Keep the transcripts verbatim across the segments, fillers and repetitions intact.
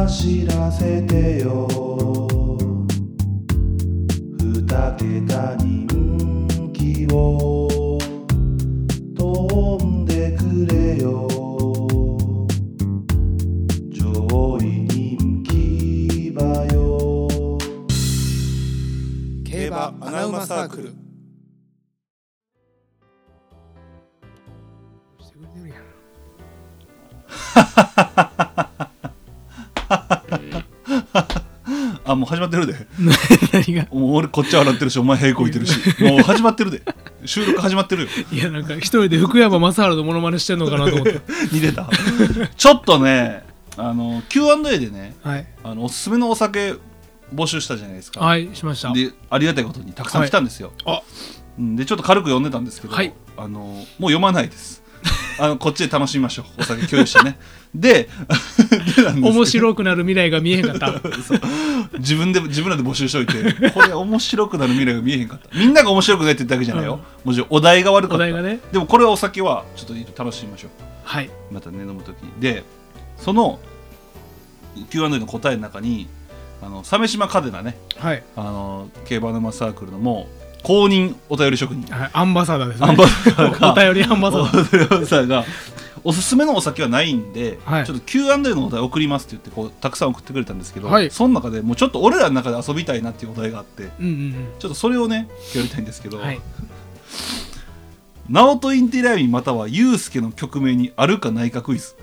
走らせてよ二桁人気を飛んでくれよ上位人気馬よ競馬アナウマサークル。 してくれてるやん。 あ、もう始まってるで。 何が？ もう俺こっちは笑ってるし、お前平行いてるし、もう始まってるで。収録始まってるよ。 いや、なんか一人で福山雅治のモノマネしてんのかなと思って似てた。ちょっとね、あの キューアンドエー でね、 はいあのおすすめのお酒募集したじゃないですか。 はいしました。 で、ありがたいことにたくさん来たんですよ。 はい、あうんでちょっと軽く読んでたんですけど、 はい、 あのもう読まないです。あのこっちで楽しみましょう。お酒共有してね。で、でなんです面白くなる未来が見えへんかったそう自分で自分らで募集しといて、これ面白くなる未来が見えへんかった。みんなが面白くないって言ったわけじゃないよ、うん、もちろんお題が悪かった。 お題がね。 でもこれはお酒はちょっと楽しみましょう。 はい。 またね、飲むときで、その キューアンドエー の答えの中にあの鮫島嘉手納ね、 はい、 あの競馬のマサークルのもう公認お便り職人、 はい、アンバサダーですね。 アンバサダーがお便りアンバサダー。 お便りアンバサダーがおすすめのお酒はないんで、 はい、 ちょっと キューアンドエー のお題送りますって言ってこうたくさん送ってくれたんですけど、 はい、 その中でもうちょっと俺らの中で遊びたいなっていうお題があって、 うんうんうん、 ちょっとそれをねやりたいんですけど、 はい、 ナオトインティライミまたはユウスケの曲名にあるかないかクイズ。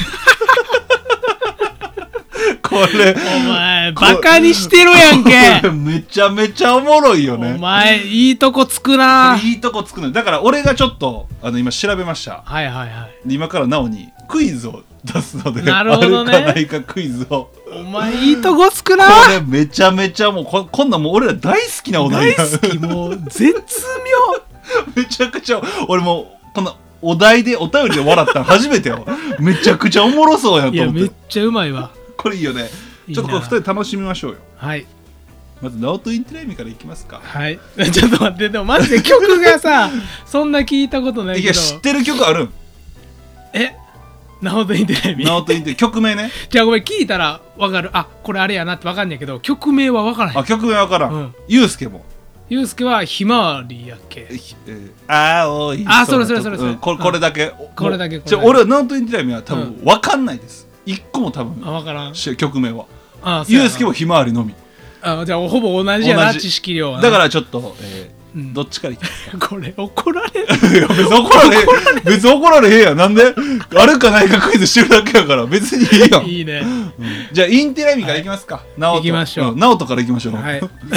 これお前バカにしてるやんけ。 めちゃめちゃおもろいよね。 お前いいとこつくな。 いいとこつくの。だから俺がちょっとあの今調べました。 はいはいはい。 今からなおにクイズを出すので、 なるほどね、 あるかないかクイズを。 お前いいとこつくな。 これめちゃめちゃもう こ, こんなんもう俺ら大好きなお題。 大好き、もう絶妙。めちゃくちゃ俺もこのお題でお便りで笑ったの初めてよ。めちゃくちゃおもろそうやと思って。 いやめっちゃうまいわ。 これいいよね。ちょっとこれふたりで楽しみましょうよ。 はい。 まずナオトインティライミからいきますか。 はい。ちょっと待って、でもマジで曲がさそんな聞いたことないけど。 いや知ってる曲あるん？ えナオトインティライミ。 ナオトインティ曲名ね。 じゃあごめん、聞いたらわかる。あ、これあれやなってわかんないけど曲名はわからへん。 あ、曲名わからん、うん、ユウスケもユウスケはひまわりやっけ。 えー、青いあ、それそれそれそれ、 うん、これこれだけ、 これだけ。 じゃ俺はナオトインティライミは多分わかんないです、うん、一個も多分あわからん曲名は。 あユウスケもひまわりのみ。 あ、じゃあほぼ同じやな、知識量は。 だからちょっと、えーうん、どっちからいきますか。 これ怒られる。 いや別に怒られへん。別に怒られへんやん。なんであるかないかクイズしてるだけやから別にいいやん。 いいね、うん、 じゃあインティライミからいきますか。はい、ナオト。 いきましょう。 うん、ナオトからいきましょう。 はい。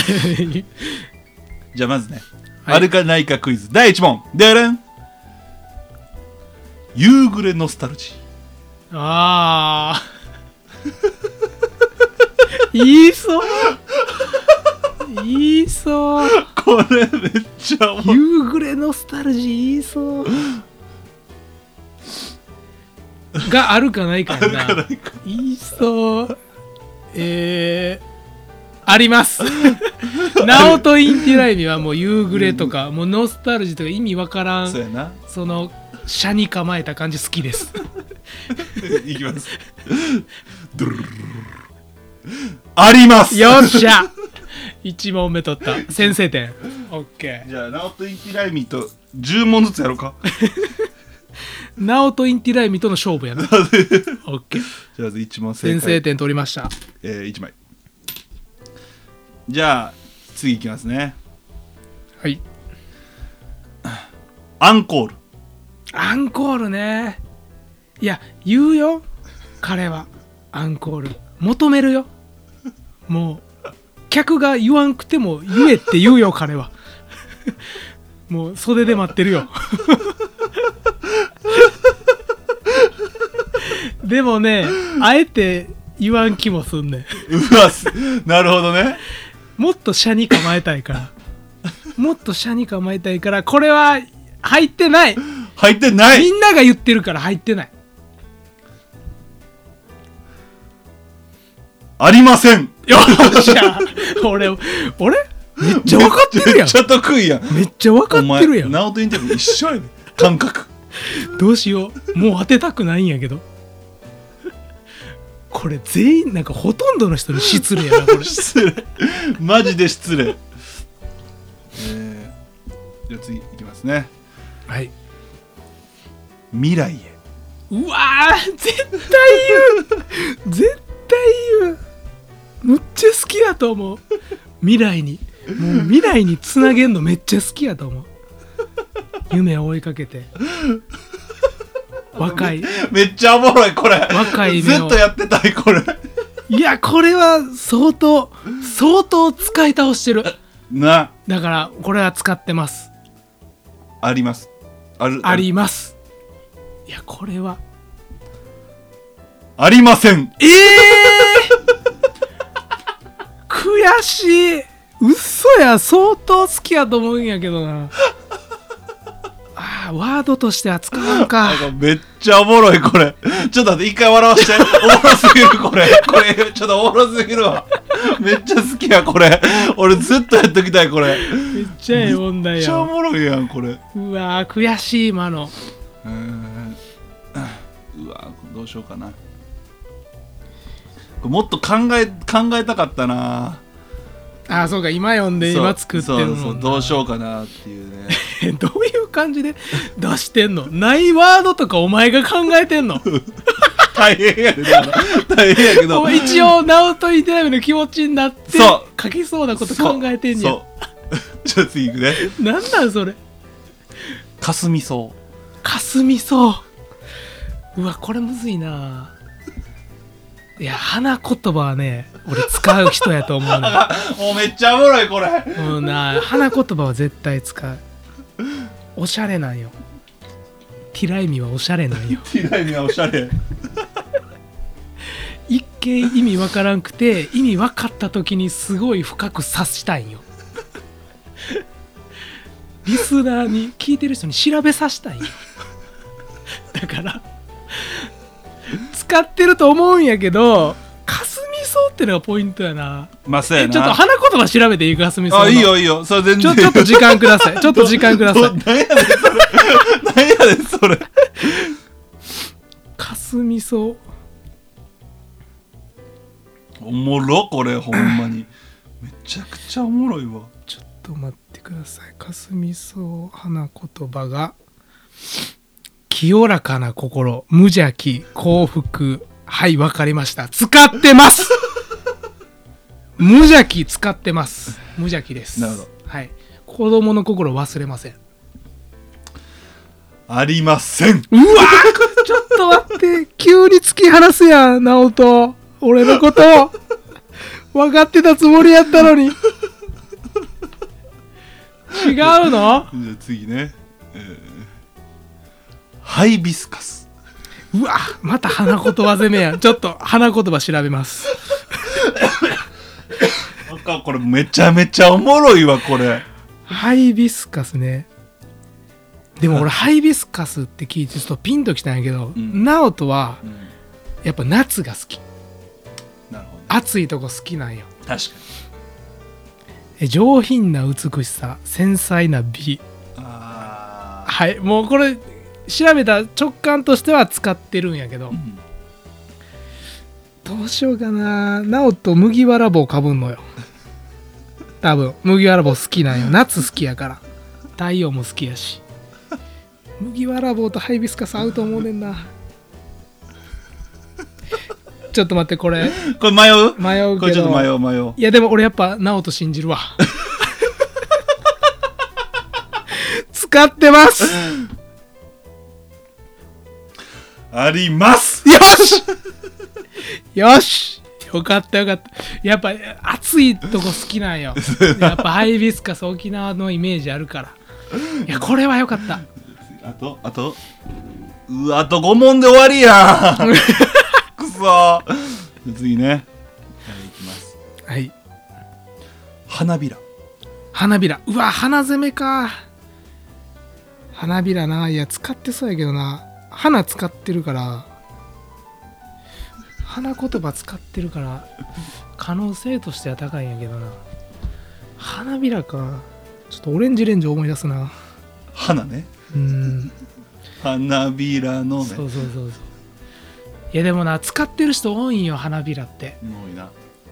じゃあまずね、 はい、 あるかないかクイズだいいち問。でれん。夕暮れノスタルジー。あー。言いそう言いそう。 これめっちゃ夕暮れノスタルジー言いそうがあるかないかやな。言いそうえー、あります。ナオトインティライミはもう夕暮れとか、うん、もうノスタルジーとか意味わからん。 そうやな。 その車に構えた感じ好きです。 いきます。ドゥルルルルあります。 よっしゃいち問目取った。先制点。オッケー。 じゃあナオトインティライミとじゅう問ずつやろうか。 ナオトインティライミとの勝負やな。オッケー。 じゃあまずいち問正解。 先制点取りました。 えー、いちまい。じゃあ次いきますね。 はい。 アンコール。 アンコールね。いや言うよ彼は。アンコール求めるよ。もう客が言わんくても言えって言うよ彼は。もう袖で待ってるよ。でもね、あえて言わん気もすんねん。 うわ、なるほどね。 もっと車に構えたいから。もっと車に構えたいからこれは入ってない。 入ってない。 みんなが言ってるから入ってない。 ありません。 よっしゃ。俺俺めっちゃ分かってるやん。 めっちゃ得意やん。 めっちゃ分かってるやん。 ナオトインティライミ一緒やねん。感覚。 どうしよう。もう当てたくないんやけど。 これ全員なんかほとんどの人に失礼やなこれ失礼マジで失礼。えー、じゃあ次いきますね。 はい未来へ。 うわー絶対言う絶対言うむっちゃ好きやと思う。未来にもう未来につなげんのめっちゃ好きやと思う。夢を追いかけて若いめっちゃおもろいこれ。 若いずっとやってたいこれ。 いやこれは相当相当使い倒してるなだからこれは使ってます。 ありますあるあります。いやこれはありません。 ええー、悔しい。嘘や相当好きやと思うんやけどな。あーワードとしては使わんか。 なんかめっちゃおもろいこれ。ちょっと待って一回笑わして。おもろすぎるこれ。これちょっとおもろすぎるわ。めっちゃ好きやこれ。俺ずっとやっときたいこれ。 めっちゃええ問題めっちゃおや。 もろいやんこれ。 うわー悔しい今の。 うーんうわどうしようかな。もっと考え考えたかったな。 あーそうか今読んで今作ってるもんな。 そうそうどうしようかなっていうね。 どういう感じで出してんの。ないワードとかお前が考えてんの。 大変やでだから大変やけどもう一応ナオトインテラミの気持ちになってそう書きそうなこと考えてんねや。 そうじゃあ次いくね。 なんなんそれ。 かすみそう。 かすみそう。うわこれむずいな。いや花言葉はね俺使う人やと思うな。 もうめっちゃおもろいこれ。 もうな花言葉は絶対使う。おしゃれなんよ。ティライミはおしゃれなんよ。 ティライミはおしゃれ。 一見意味わからんくて意味わかった時にすごい深く察したいんよ。リスナーに聞いてる人に調べさせたいんよ。だから使ってると思うんやけどかすみそうってのがポイントやな。 まあそうやな。 ちょっと花言葉調べていいかすみそうの。 あいいよいいよそれ全然。 ちょちょっと時間ください。ちょっと時間ください。 何やねんそれ。何やねんそれ。 かすみそうおもろこれほんまに。めちゃくちゃおもろいわ。 ちょっと待ってください。かすみそう花言葉が清らかな心、無邪気、幸福。はいわかりました。使ってます。無邪気使ってます。無邪気です。 なるほど。 はい。子供の心忘れません。 ありません。 うわーちょっと待って急に突き放すやんナオト。俺のこと分かってたつもりやったのに。違うの？ じゃあ次ね、えー、ハイビスカス。 うわまた花言葉攻めやん。ちょっと花言葉調べます。 なんかこれめちゃめちゃおもろいわこれ。 ハイビスカスね。でも俺ハイビスカスって聞いてちょっとピンときたんやけど、うん、ナオトはやっぱ夏が好き。 なるほど。 暑いとこ好きなんよ。 確かに。 え上品な美しさ、繊細な美。 あはいもうこれ調べた直感としては使ってるんやけど、うん、どうしようかな。ナオト麦わら帽かぶんのよ。多分麦わら帽好きなんよ。夏好きやから太陽も好きやし麦わら帽とハイビスカス合うと思うねんな。ちょっと待ってこれこれ迷う迷うけどこれちょっと迷う迷う。 いやでも俺やっぱナオト信じるわ。使ってますあります。 よしよしよかったよかった。やっぱ暑いとこ好きなんよ。やっぱハイビスカス沖縄のイメージあるから。いやこれはよかった。 あとあとうわあとご問で終わりやん。くそ次ね、はい、いきます。 はい。 花びら。 花びら。うわ花攻めか。花びらな。いや使ってそうやけどな。花使ってるから花言葉使ってるから可能性としては高いんやけどな。花びらか。ちょっとオレンジレンジ思い出すな。 花ね。 うん花びらのね。 そうそうそうそう。 いやでもな使ってる人多いんよ花びらって。 多いな。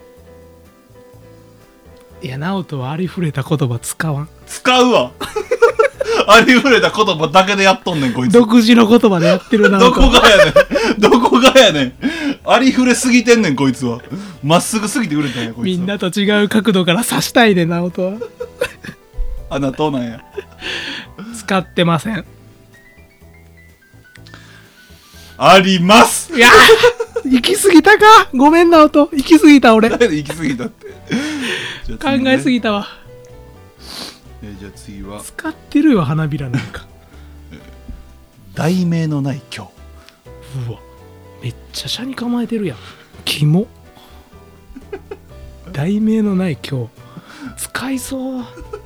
いや直人はありふれた言葉使わん。 使うわありふれた言葉だけでやっとんねんこいつ。 独自の言葉でやってるな。 どこがやねんどこがやねん。ありふれすぎてんねんこいつは。まっすぐすぎて売れたんやこいつは。 みんなと違う角度から刺したいね直人は。 あなたなんや。 使ってません。 あります。 いや行き過ぎたか。ごめん直人行き過ぎた俺。考行き過ぎたってえすぎたわ。 えー、じゃあ次は使ってるよ花びらなんか題名のない今日。 うわめっちゃ車に構えてるやん。キモ題名のない今日使いそう。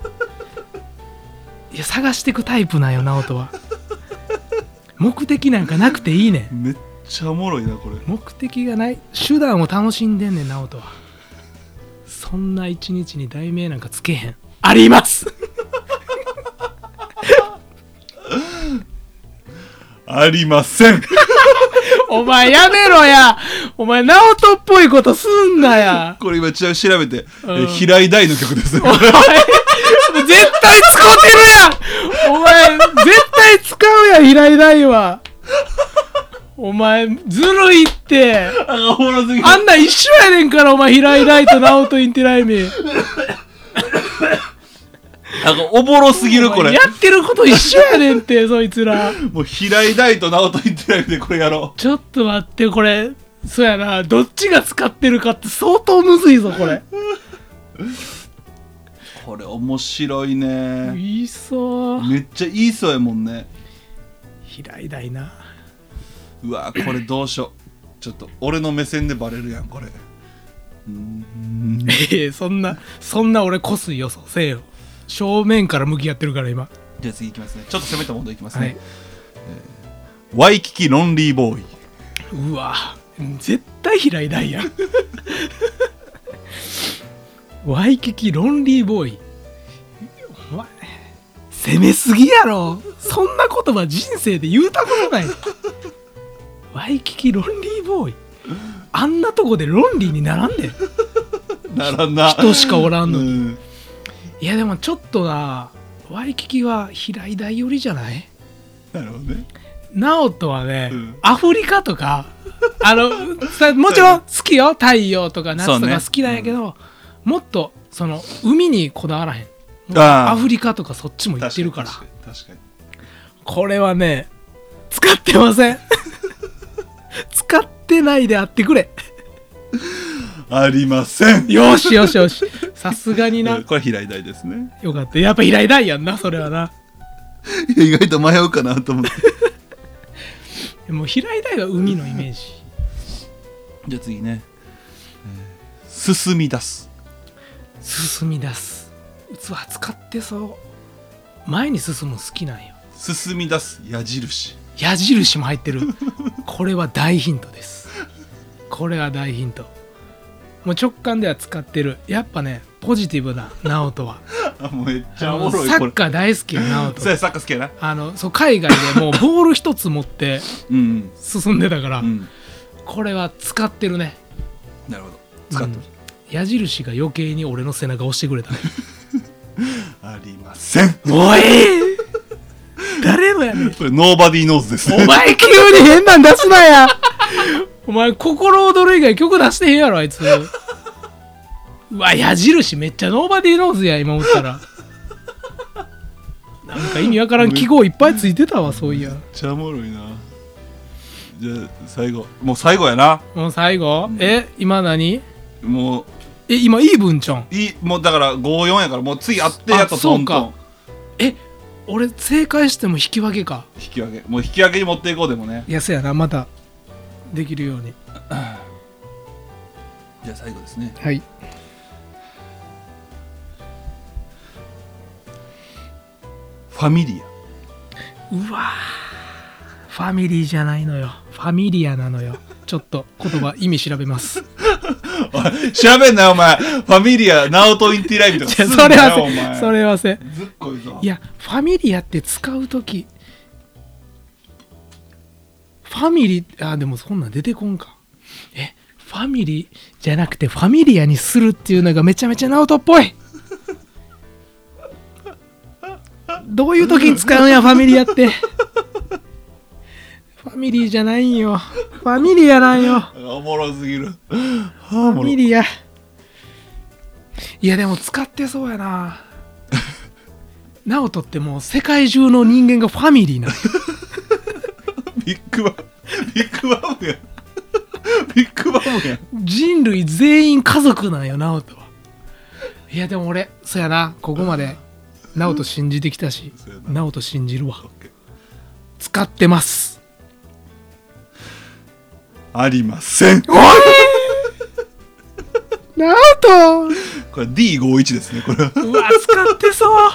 いや探してくタイプなんよ直人は。目的なんかなくていいねん。 めっちゃおもろいなこれ。 目的がない手段を楽しんでんねん直人は。そんな一日に題名なんかつけへん。ありますありませんお前やめろや。お前直人っぽいことすんなや。 これ今ちなみに調べて、 うんえー平井大の曲ですね。 お前絶対使うてるやん。お前絶対使うやん平井大は。お前ずるいって。 あ、おもろすぎる。 あんな一緒やねんからお前平井大と直人インティライミ。 なんかおもろすぎるこれ。 やってること一緒やねんってそいつら。 もう平井大と直人言ってないでこれやろう。 ちょっと待ってこれそうやなどっちが使ってるかって相当むずいぞこれ。 これ面白いね。 言いそう。 めっちゃ言いそうやもんね。 平井大な。 うわこれどうしよう。ちょっと俺の目線でバレるやんこれ。うーんええそんなそんな俺こすい予想せえよ。正面から向き合ってるから今。 じゃあ次いきますね。ちょっと攻めたモードいきますね、 はい。 ワイキキロンリーボーイ。 うわ絶対平井大やんワイキキロンリーボーイ。お前攻めすぎやろ。そんな言葉人生で言うたことないワイキキロンリーボーイ。あんなとこでロンリーにならんで。 ならんな。 人しかおらんのに、 うん、 いやでもちょっとなワイキキは平井大寄りじゃない。 なるほどね。 直人はね、うん、アフリカとかあのさもちろん好きよ太陽とか夏とか好きなんやけど、ねうん、もっとその海にこだわらへん。アフリカとかそっちも行ってるから。 確かに確かに。 これはね使ってません使ってないであってくれ。 ありません。 よしよしよしさすがにな。 これ平井大ですね。 よかった。やっぱ平井大やんなそれはな。 いや意外と迷うかなと思ってもう平井大は海のイメージじゃあ次ね、えー、進み出す。 進み出す。器使ってそう。前に進む好きなんよ。 進み出す矢印。 矢印も入ってるこれは大ヒントです。これは大ヒント。もう直感では使ってる。やっぱねポジティブな直人はあもうめっちゃおもろい。 サッカー大好きや直人。 そうやサッカー好きやな。 あのそう海外でもうボール一つ持って進んでたから、うん、これは使ってるね。 なるほど使ってる、 うん、矢印が余計に俺の背中を押してくれたねありません。 おい誰のやねん。 これノーバディーノーズです。 お前急に変なん出すなやお前心躍る以外曲出してへんやろあいつ。うわ矢印めっちゃノーバディーノーズや今思ったら。なんか意味わからん記号いっぱいついてたわそういや。めっちゃおもろいな。じゃあ最後もう最後やな。 もう最後、うん、え今何もうえ今イーブンちゃんいもうだからごよんやからもう次あってやったトントン。 え俺正解しても引き分けか。 引き分けもう引き分けに持っていこうでもね。 いやそうやなまたできるようにじゃあ最後ですね。 はい。 ファミリア。 うわファミリーじゃないのよ。ファミリアなのよ。ちょっと言葉意味調べます調べんなよお前。ファミリアナオトインティライブとかすんなよそれはせお前。 それはせずっこいぞ。 いやファミリアって使うときファミリー、あでもそんなん出てこんか。えファミリーじゃなくてファミリアにするっていうのがめちゃめちゃナオトっぽい。どういう時に使うんやファミリアって。ファミリーじゃないんよ。ファミリアなんよ。 おもろすぎる。 ファミリア。いやでも使ってそうやな。ナオトってもう世界中の人間がファミリーなの。 ビッグバンビッグバムやん。ビッグバムやん。 人類全員家族なんよナオトは。いやでも俺そうやな、ここまでナオト信じてきたし、ナオト信じるわ。使ってます。 ありません。 おいナオトこれ ディーごじゅういち ですねこれは。 うわ使ってそう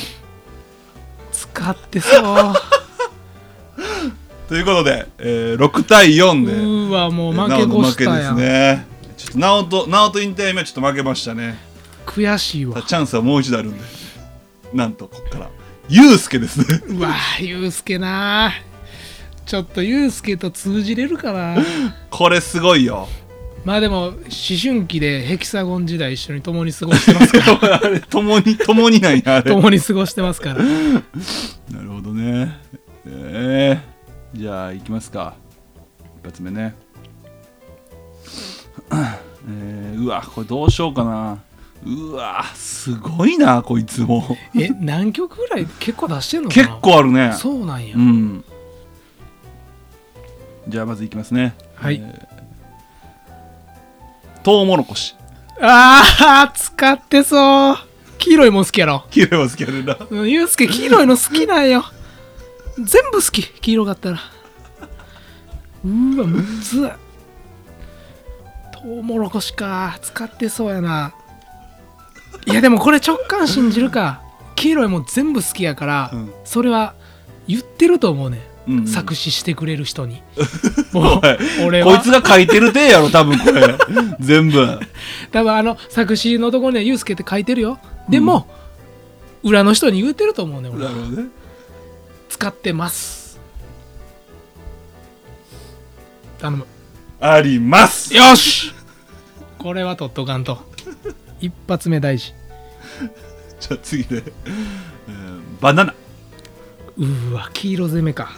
使ってそうということで、えー、ろくたいよんでうわもう負け越したやん。 負けですね。ちょっとナオトナオト引退目はちょっと負けましたね。 悔しいわ。 チャンスはもう一度あるんで、なんとこっからユウスケですね。 うわユウスケな、ちょっとユウスケと通じれるかな。 これすごいよ。 まあでも思春期でヘキサゴン時代一緒に共に過ごしてますからあれ共に共になんやあれ。 共に過ごしてますから。 なるほどね。えー、じゃあいきますか。一発目ね。えー、うわこれどうしようかな。うわすごいなこいつも。 え何曲ぐらい結構出してんのかな。 結構あるね。 そうなんや。 うん。じゃあまずいきますね。 はい。 えートウモロコシ。 あー使ってそう。黄色いもん好きやろ。 黄色いも好きやねんな。 ユウスケ黄色いの好きなんよ。全部好き黄色かったら。うわむずっ。トウモロコシか使ってそうやな。いやでもこれ直感信じるか。黄色いもん全部好きやから、うん、それは言ってると思うね、うんうん、作詞してくれる人に。もう俺はこいつが書いてるてやろ多分これ全部多分あの作詞のところにはユウスケって書いてるよ。でも、うん、裏の人に言うてると思うね俺は。なるほどね。使ってます。頼む。 あります。 よしこれは取っとかんと。一発目大事。 じゃあ次ね、えー、バナナ。 うーわ黄色攻めか。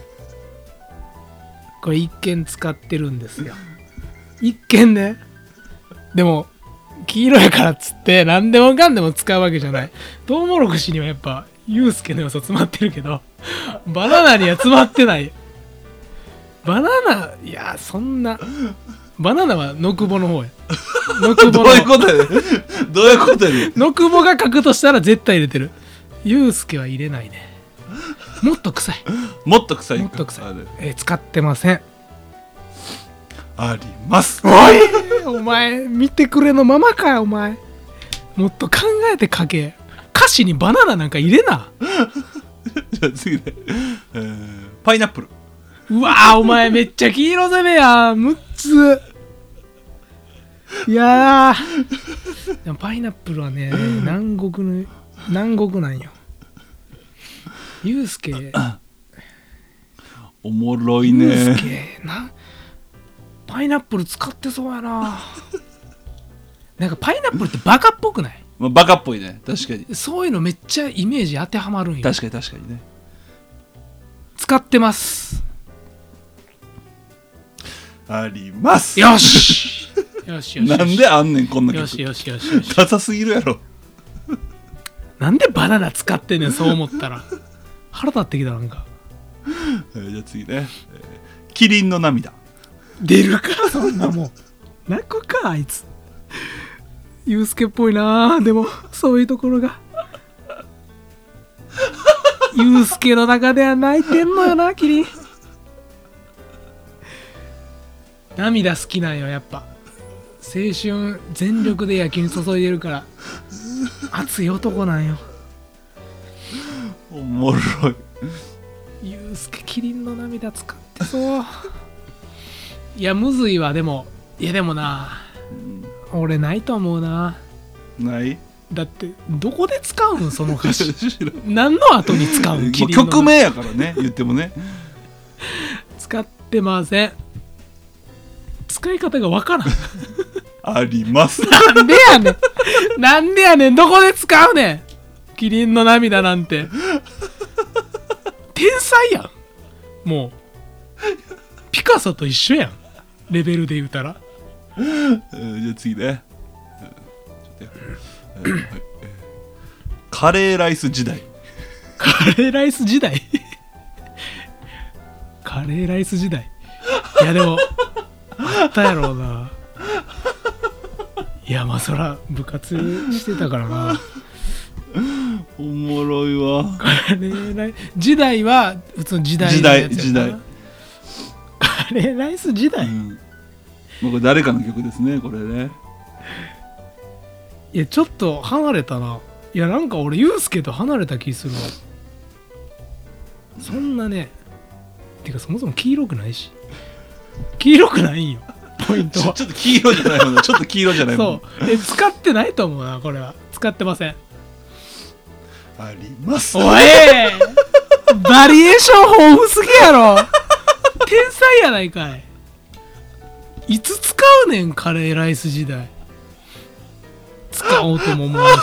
これ一見使ってるんですよ。一見ね。でも黄色やからっつって何でもかんでも使うわけじゃない。トウモロコシにはやっぱユウスケの要素詰まってるけど、バナナには詰まってない。バナナいやそんなバナナはノクボの方や。ノクボのどういうことやねどういうことやねノクボが書くとしたら絶対入れてる。ユウスケは入れないね。もっと臭い。 もっと臭い。 もっと臭い。えー、使ってません。 あります。 おいお前見てくれのままかよお前。もっと考えて書け。歌詞にバナナなんか入れな。 じゃあ次ね、えー、パイナップル。 うわーお前めっちゃ黄色攻めやむっつ。いやーでもパイナップルはね南国の南国なんよ。ユウスケおもろいね。ユウスケなパイナップル使ってそうやな。なんかパイナップルってバカっぽくない？ まあ、バカっぽいね確かに。 そういうのめっちゃイメージ当てはまるんよ。 確かに確かにね。 使ってます。 あります。 よしよしよし。 なんであんねんこんな曲。 よしよしよしよし。 ダサすぎるやろ。 なんでバナナ使ってんねんそう思ったら。腹立ってきたなんか。 えー、じゃあ次ね、えー、キリンの涙。 出るかそんなもん。泣くかあいつ。ユウスケっぽいな。でもそういうところがユウスケの中では泣いてんのよなキリン。涙好きなんよやっぱ。青春全力で野球に注いでるから熱い男なんよ。 おもろい。 ユウスケキリンの涙使ってそう。いやむずいわ。でもいやでもな、うん、俺ないと思うな。 ない？ だってどこで使うんその歌詞。何の後に使うん？キリンの曲名やからね言ってもね。 使ってってません。使い方がわからん。 あります。 なんでやねん。なんでやねん。どこで使うねん。キリンの涙なんて。天才やん。もうピカソと一緒やん。レベルで言うたら。 えー、じゃあ次ね。ちょっとやえーはいえーカレーライス時代。 カレーライス時代。カレーライス時代。いやでもあったやろうな。いやまあそら部活してたからな。 おもろいわ。 カレーライス時代は普通の時代時代時代。 カレーライス時代、うん、 もうこれ誰かの曲ですねこれね。 いやちょっと離れたな。いやなんか俺ユウスケと離れた気するわ。そんなね。てかそもそも黄色くないし。黄色くないんよポイントは。 ちょっと黄色じゃないもんな。ちょっと黄色じゃないもん。 そうえ使ってないと思うなこれは。使ってません。 あります。 おいバリエーション豊富すぎやろ。天才やないかい。いつ使うねんカレーライス時代。使おうとも思うし。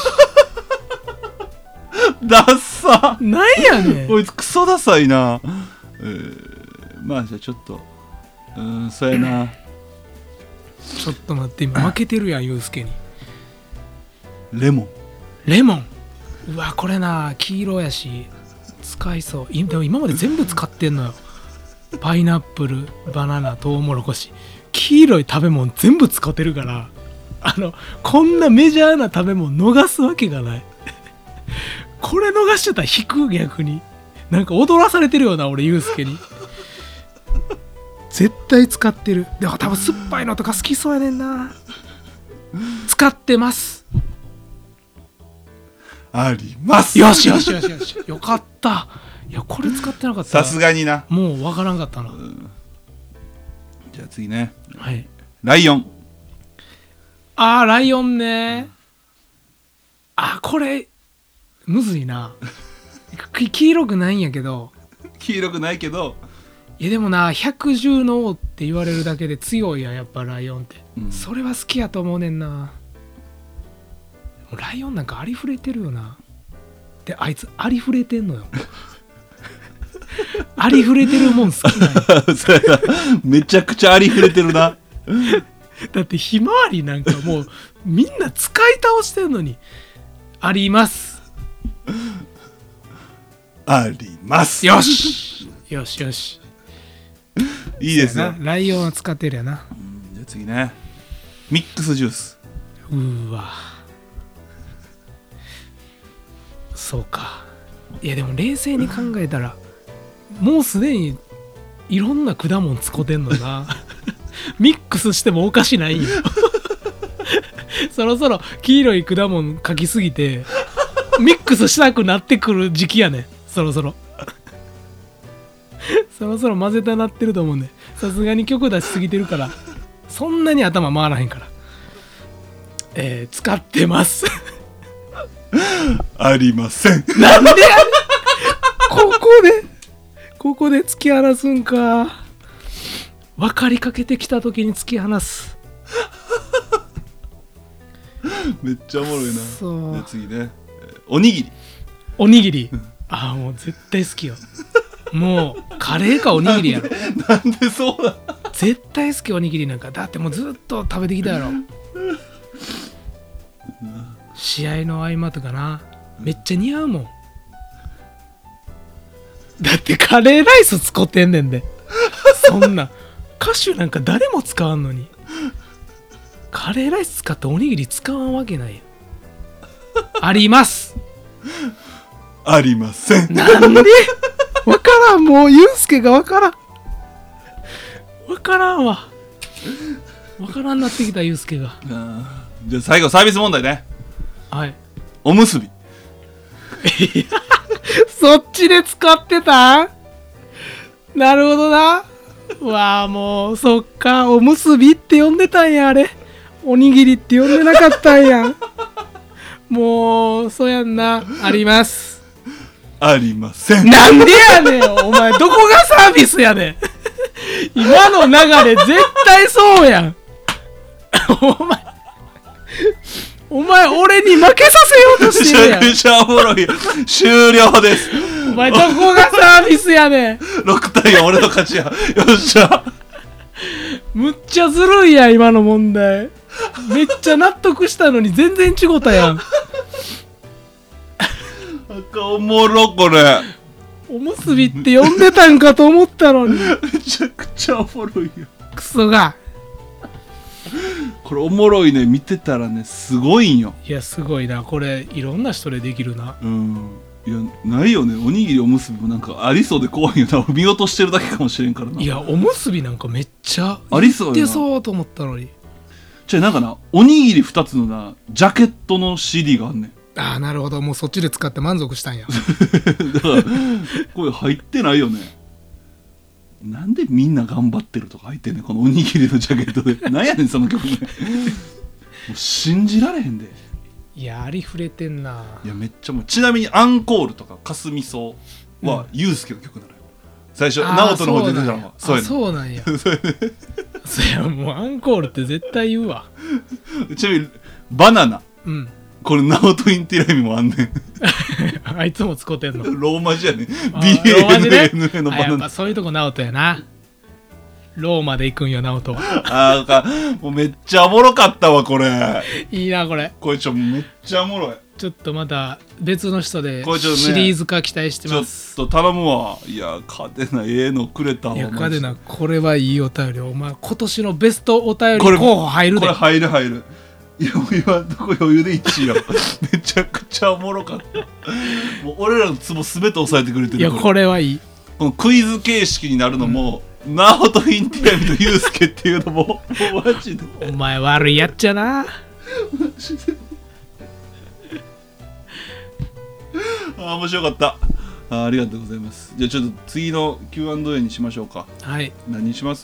ダッサ。 なんやねんこいつクソダサいな。えー、まあじゃあちょっとうーんそうやな。 ちょっと待って今負けてるやんユウスケに。 レモン。 レモン。うわこれな黄色やし使いそう。でも今まで全部使ってんのよ。パイナップル、バナナ、トウモロコシ、黄色い食べ物全部使ってるから、あのこんなメジャーな食べ物逃すわけがない。これ逃してたら引く。逆になんか踊らされてるような俺ユウスケに。絶対使ってる。でも多分酸っぱいのとか好きそうやねんな。使ってます。 あります。 よしよしよしよし。よかった。いやこれ使ってなかったらさすがにな。 もうわからんかったな。 じゃあ次ね。 はいライオン。 あーライオンね。あこれむずいな。黄色くないんやけど。 黄色くないけどいやでもな百獣の王って言われるだけで強いやんやっぱライオンって、うん、それは好きやと思うねんな。もうライオンなんかありふれてるよな。であいつありふれてんのよ。ありふれてるもん好きなんや。 めちゃくちゃありふれてるな。 だってひまわりなんかもうみんな使い倒してんのに。あります。 あります。 よしよしよし。 いいですよ。 ライオンは使ってるやな。 うんじゃあ次ね。ミックスジュース。 うーわそうか。いやでも冷静に考えたらもうすでにいろんな果物使ってんのな。ミックスしてもおかしないよ。そろそろ黄色い果物かきすぎてミックスしたくなってくる時期やね。そろそろそろそろ混ぜたなってると思うね。さすがに曲出しすぎてるからそんなに頭回らへんから、えー、使ってます。 ありません。 なんでやここでここで突き放すんか。分かりかけてきた時に突き放す。 めっちゃおもろいな。 そうじゃあ次ね。おにぎり。 おにぎり。ああもう絶対好きよ。もうカレーかおにぎりやろ。 なんでそうだ。 絶対好きおにぎりなんか。だってもうずっと食べてきたやろ。試合の合間とかなめっちゃ似合うもん。だってカレーライス使ってんねんで。そんな歌手なんか誰も使わんのにカレーライス使っておにぎり使わんわけないよ。あります。 ありません。 なんでわからん。もうユウスケがわからんわからんわわからんなってきたユウスケが。 あじゃあ最後サービス問題ね。 はい。 おむすび。 そっちで使ってた？なるほどな。わあもうそっか。おむすびって呼んでたんやあれ。おにぎりって呼んでなかったんや。もうそうやんな。あります。 ありません。 なんでやねんお前どこがサービスやねん。 今の流れ絶対そうやんお前お前俺に負けさせようとしてるやん。 めちゃくちゃおもろい。終了です。 お前どこがサービスやねん。 ろくたいよん俺の勝ちや。よっしゃ。 むっちゃずるいやん今の問題。めっちゃ納得したのに全然違ったやん。 なんかおもろこれ。 おむすびって呼んでたんかと思ったのに。 めちゃくちゃおもろいよ。 クソが。 これおもろいね。見てたらねすごいんよ。 いやすごいなこれ。いろんな人でできるな。 うん。いやないよね。おにぎりおむすびもなんかありそうで怖いよな。見落としてるだけかもしれんからな。 いやおむすびなんかめっちゃありそうやな。 言ってそうと思ったのに。 じゃあなんかなおにぎりふたつのなジャケットの シーディー があんねん。 ああなるほど。もうそっちで使って満足したんや。 だからこれ入ってないよね。なんでみんな頑張ってるとか入ってんねんこのおにぎりのジャケットで。なんやねんその曲ね。もう信じられへんで。 いやありふれてんな。 いやめっちゃもう。ちなみにアンコールとかかすみそうはユースケの曲なのよ。最初ナオトの方で出てたのはそうそうなんや。そうやもうアンコールって絶対言うわ。 ちなみにバナナ、 うん、 これナオトインティラミもあんねん。 あいつも使ってんの。 ローマ字やねん。 ビーローマ字エね。 ヌエー のバナナ。 やっぱそういうとこナオトやな。ローマで行くんよナオトは。 あーかもうめっちゃおもろかったわこれ。 いいなこれ。 これちょめっちゃおもろい。 ちょっとまた別の人でこれちょっとねシリーズ化期待してます。 ちょっと頼むわ。いやカデナええのくれたわ。 いやカデナこれはいいお便り。お前今年のベストお便りこれ候補入るで。 これ入る入る。いやもう今んとこ余裕でいちいよ。めちゃくちゃおもろかった。もう俺らのツボすべて押さえてくれてる。 いやこれはいい。 このクイズ形式になるのも、うん、ナオトインティラミとユースケっていうのももうマジでお前悪いやっちゃな。 マジでああ面白かった。あありがとうございます。じゃあちょっと次の キューアンドエー にしましょうか。 はい。 何にします？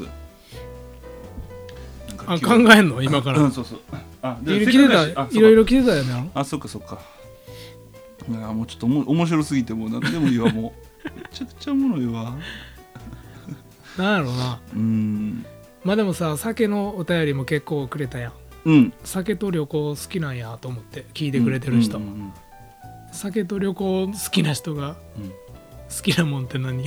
あ考えんの今から。 うんそうそう。あいろいろ来てた。いろいろ来てたよね。 あそっかそっか。いやもうちょっとおも面白すぎてもう何でもいいわもう。めちゃくちゃおもろいわ。 なんやろうな。 うーん。 まあでもさ酒のお便りも結構くれたやん。 うん。 酒と旅行好きなんやと思って聞いてくれてる人。うんうんうんうん酒と旅行好きな人が、うん、好きなもんって何？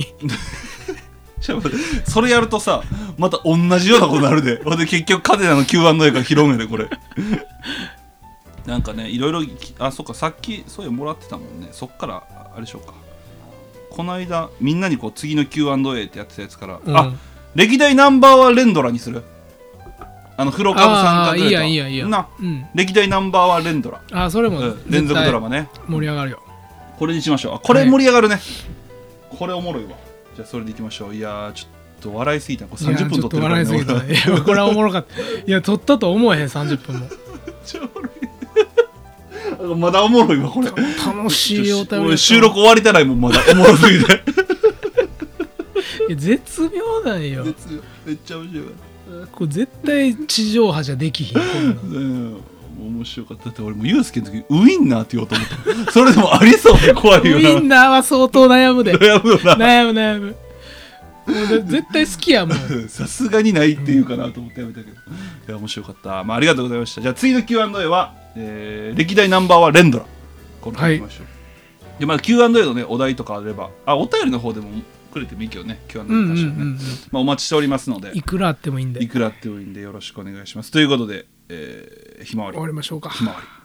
それやるとさまた同じようなことになるで。で結局カデナの キューアンドエー から拾うんやでこれ。なんかねいろいろあそっかさっきそういうもらってたもんね。そっからあれでしょうか。この間みんなにこう次の キューアンドエー ってやってたやつから、うん、あ歴代ナンバーは連ドラにする。あの黒株さんが出たいいやいいやいいやな、うん、歴代ナンバーは連ドラ。 あそれも、うん、 連続ドラマね盛り上がるよ。 これにしましょう。あこれ盛り上がるね、はい、これおもろいわ。じゃあそれでいきましょう。いやーちょっと笑いすぎた。これさんじゅっぷん撮ってるからね。 笑いすぎたね。いやこれはおもろかった。いや撮ったと思えへんさんじゅっぷんも。 ちょおもろいまだおもろいわこれ。 楽しいお便り。 収録終わりたないもんまだおもろすぎて。 いや絶妙なんよ。 絶妙めっちゃ面白い。 これ絶対地上波じゃできひん。こんな面白かった。って俺もユースケの時ウインナーって言おうと思った。それでもありそうで怖いよな。 ウインナーは相当悩むで。 悩むよな。 悩む悩む。もう絶対好きやもん。 さすがにないっていうかなと思ってやめたけど。いや面白かった。まあありがとうございました。じゃあ次の キューアンドエー は、えー、歴代ナンバーは連ドラ。これいきましょう。はい、でまあ キューアンドエー のねお題とかあれば、あお便りの方でもくれてもいいけどね。 キューアンドエー に関してはね、うんうんうんうん、まあお待ちしておりますので。 いくらあってもいいんで。 いくらあってもいいんでよろしくお願いします。ということで、えー、ひまわり終わりましょうか。 ひまわり。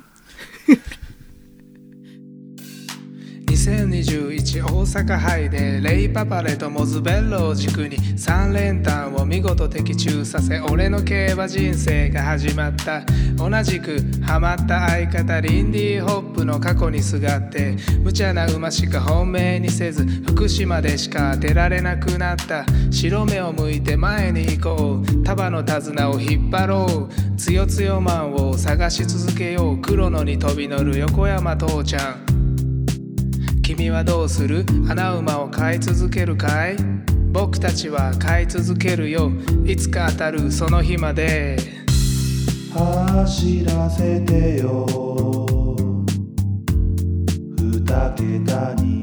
にせんにじゅういち大阪杯でレイパパレとモズベッロを軸にさん連単を見事的中させ俺の競馬人生が始まった。同じくハマった相方リンディホップの過去にすがって無茶な馬しか本命にせず福島でしか当てられなくなった。白目を向いて前に行こう束の手綱を引っ張ろうつよつよマンを探し続けよう黒野に飛び乗る横山父ちゃん。君はどうする？穴馬を飼い続けるかい？僕たちは飼い続けるよ。いつか当たるその日まで走らせてよ二桁に